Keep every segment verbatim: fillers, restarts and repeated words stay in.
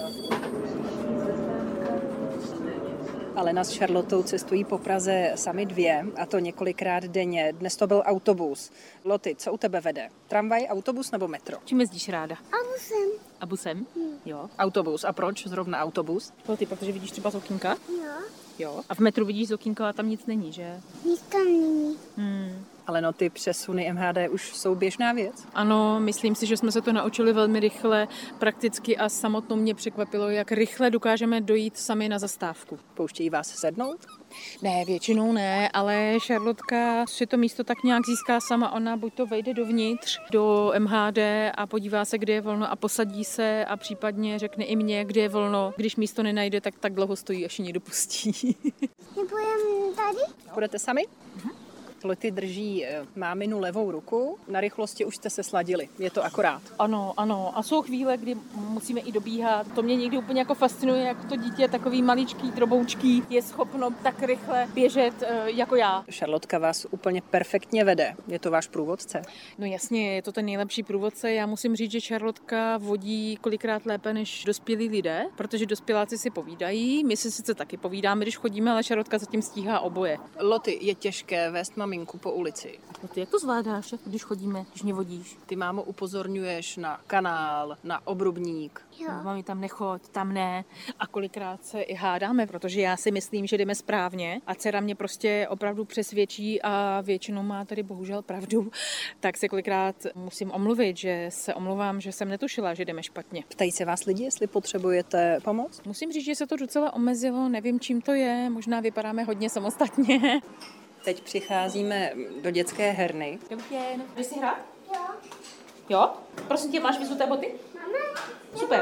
Alena s Charlotou cestují po Praze sami dvě, a to několikrát denně. Dnes to byl autobus. Loty, co u tebe vede? Tramvaj, autobus nebo metro? Čím jezdíš ráda? Autobusem. A busem? Hmm. Jo. Autobus. A proč zrovna autobus? Loty, protože vidíš třeba z okýnka? Jo. Jo. A v metru vidíš z okýnka a tam nic není, že? Nic tam není. Hmm. Ale no, ty přesuny M H D už jsou běžná věc. Ano, myslím si, že jsme se to naučili velmi rychle, prakticky a samotnou mě překvapilo, jak rychle dokážeme dojít sami na zastávku. Pouštějí vás sednout? Ne, většinou ne, ale Charlotka si to místo tak nějak získá sama. Ona buď to vejde dovnitř do M H D a podívá se, kde je volno a posadí se a případně řekne i mně, kde je volno. Když místo nenajde, tak tak dlouho stojí, až ji někdo pustí. Nepůjdeme tady? Půjdete sami? Mhm. Loty drží máminu levou ruku. Na rychlosti už jste se sladili. Je to akorát. Ano, ano. A jsou chvíle, kdy musíme i dobíhat. To mě někdy úplně jako fascinuje, jak to dítě, takový maličký, droboučký, je schopno tak rychle běžet jako já. Charlotka vás úplně perfektně vede. Je to váš průvodce? No jasně, je to ten nejlepší průvodce. Já musím říct, že Charlotka vodí kolikrát lépe než dospělí lidé, protože dospěláci si povídají. My si sice taky povídáme, když chodíme, ale Charlotka zatím stíhá oboje. Loty, je těžké vést maminku po ulici. No ty jak to zvládáš, když chodíme, když mě vodíš? Ty, mámo, upozorňuješ na kanál, na obrubník. Jo. No, mami, tam nechoď, tam ne. A kolikrát se i hádáme, protože já si myslím, že jdeme správně a dcera mě prostě opravdu přesvědčí a většinou má tady bohužel pravdu, tak se kolikrát musím omluvit, že se omluvám, že jsem netušila, že jdeme špatně. Ptají se vás lidi, jestli potřebujete pomoc? Musím říct, že se to docela omezilo, nevím, čím to je, možná vypadáme hodně samostatně. Teď přicházíme do dětské herny. Dobrý den. Jdeš si hrát? Jo. Jo? Prosím tě, máš vyzuté boty? Máme. Super.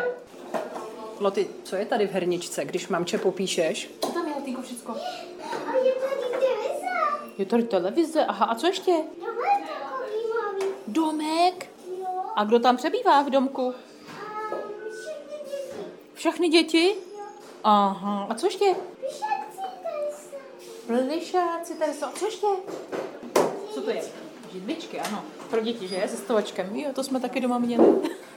Loty, co je tady v herničce, když mamče popíšeš? Co tam je, Latýnko, všecko? A je tady televize. Je tady televize, aha, a co ještě? Domek takový malý. Domek? Jo. A kdo tam přebývá v domku? A všechny děti. Všechny děti? Aha, a co ještě? Píšakci Teresa. Plišáci, tady jsou, a co ještě? Co to je? Židličky, ano. Pro děti, že? Se stovačkem. Jo, to jsme taky doma měli.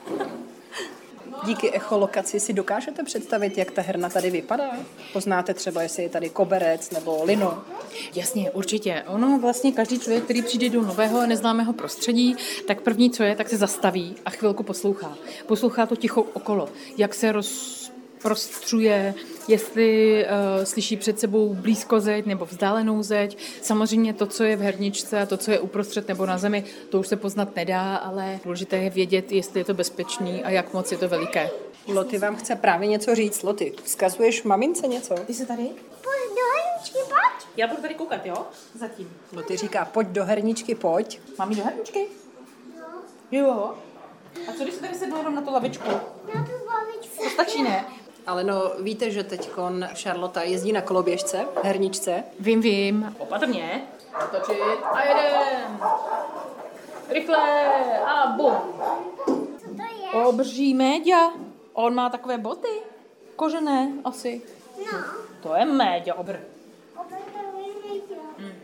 Díky echolokaci si dokážete představit, jak ta herna tady vypadá? Poznáte třeba, jestli je tady koberec nebo lino? Jasně, určitě. Ono vlastně každý člověk, který přijde do nového neznámého prostředí, tak první, co je, tak se zastaví a chvilku poslouchá. Poslouchá to ticho okolo, jak se rozprostřuje, jestli uh, slyší před sebou blízko zeď nebo vzdálenou zeď. Samozřejmě to, co je v herničce a to, co je uprostřed nebo na zemi, to už se poznat nedá, ale důležité je vědět, jestli je to bezpečný a jak moc je to veliké. Loty vám chce právě něco říct. Loty, vzkazuješ mamince něco? Ty jsi tady? Pojď do herničky, pojď. Já budu tady koukat, jo? Zatím. Loty říká, pojď do herničky, pojď. Mám jít do herničky? Jo. Jo. A co když se tady sednu jenom na tu lavičku? Na tu babičku. To stačí, ne? Ale no, víte, že teďkon Charlotta jezdí na koloběžce, herničce? Vím, vím. Opatrně. Otočit a jedem. Rychle a bum. Co to je? Obří méďa. On má takové boty. Kožené asi. No. To je méďa, obr. Opravdu nevěděla.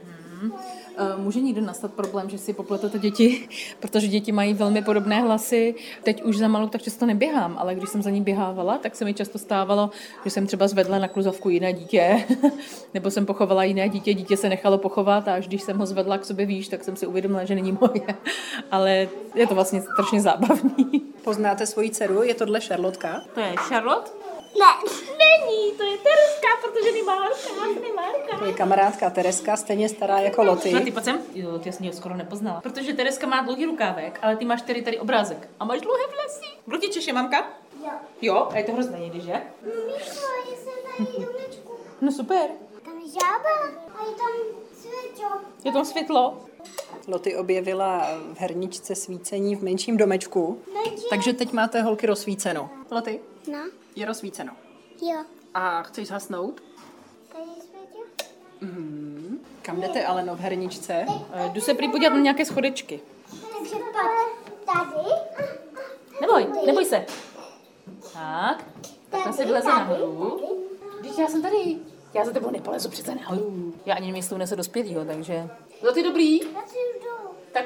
Může někdy nastat problém, že si popletete děti, protože děti mají velmi podobné hlasy. Teď už za malou tak často neběhám, ale když jsem za ní běhávala, tak se mi často stávalo, že jsem třeba zvedla na kluzovku jiné dítě, nebo jsem pochovala jiné dítě, dítě se nechalo pochovat a až když jsem ho zvedla k sobě výš, tak jsem si uvědomila, že není moje. Ale je to vlastně strašně zábavný. Poznáte svoji dceru? Je tohle Charlotka? To je Charlotte? Ne. Není, to je Tereska, protože nemá rukáv, nemá rukáv. To je kamarádka Tereska, stejně stará jako Loty. No ty pojď sem. Jo, ty jsi mě skoro nepoznala. Protože Tereska má dlouhý rukávek, ale ty máš tady tady obrázek. A máš dlouhé vlasy. Kdo ti češe, mamka? Jo. Jo, a je to hrozné někdy, že? Míšo, jsem tady domečku. No super. Tam je žába a je tam světlo. Je tam světlo. Loty objevila v herničce svícení v menším domečku, takže teď máte holky rozsvíceno. Loty, No. je rozsvíceno. Jo. A chceš zhasnout? Tady je světlo. Mhm. Kam jdete, Aleno, v herničce? E, jdu se prý podívat na nějaké schodečky. Takže pojď tady. Neboj, neboj se. Tak, takhle se vyleze nahoru. Vždyť já jsem tady. Já za tebou nepolezu přece nahoru. Já ani nevím, jestli unese dospělýho, takže... Za ty dobrý. Já si jdu. Tak pojď.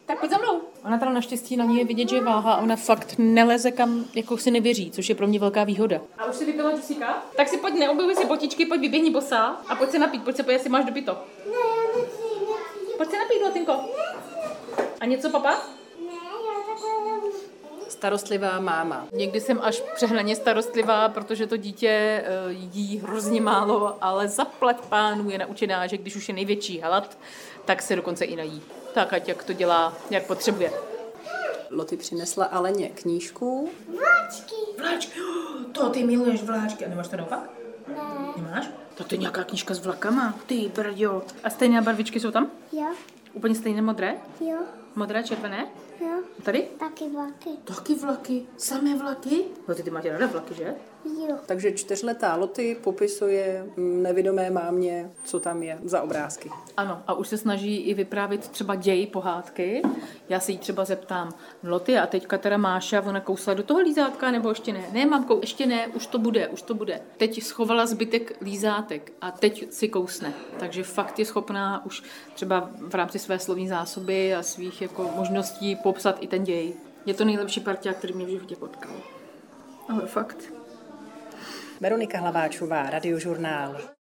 Tak pojď za mnou. Ona teda naštěstí na ní je vidět, že je váha a ona fakt neleze kam, jako si nevěří, což je pro mě velká výhoda. A už si vypila džusíka? Tak si pojď, neobjevuj si botičky, pojď vyběhni bosá a pojď se napít, pojď se pojď, jestli máš dopito. Ne, já nechci, nechci. Pojď se napít, Lotinko. A něco, papa? Ne, já takhle nemůžu. Starostlivá máma. Někdy jsem až přehnaně starostlivá, protože to dítě uh, jí hrozně málo, ale zaplať pánu je naučená, že když už je největší hlad, tak se dokonce i nají. Tak ať jak to dělá, jak potřebuje. Loti přinesla Aleně knížku. Vláčky. Vláčky, to ty miluješ vláčky. A nemáš to naopak? Ne. Nemáš? To je nějaká knížka s vlakama. Ty brďo. A stejné barvičky jsou tam? Jo, Úplně stejné modré? jo, Modré, červené? jo. A tady? Taky vlaky. Taky vlaky. Samé vlaky? No ty, ty máte ráda vlaky, že? Jo. Takže čtyřletá Loti popisuje nevidomé mámě, co tam je za obrázky. Ano, a už se snaží i vyprávět třeba děj pohádky. Já se jí třeba zeptám, Loty, a teďka teda Máša, ona kousla do toho lízátka, nebo ještě ne? Ne, mamko, ještě ne, už to bude, už to bude. Teď schovala zbytek lízátek a teď si kousne. Takže fakt je schopná už třeba v rámci své slovní zásoby a svých jako možností popsat i ten děj. Je to nejlepší parťák, který mě v životě potkal. Ale fakt. Veronika Hlaváčová, Radiožurnál.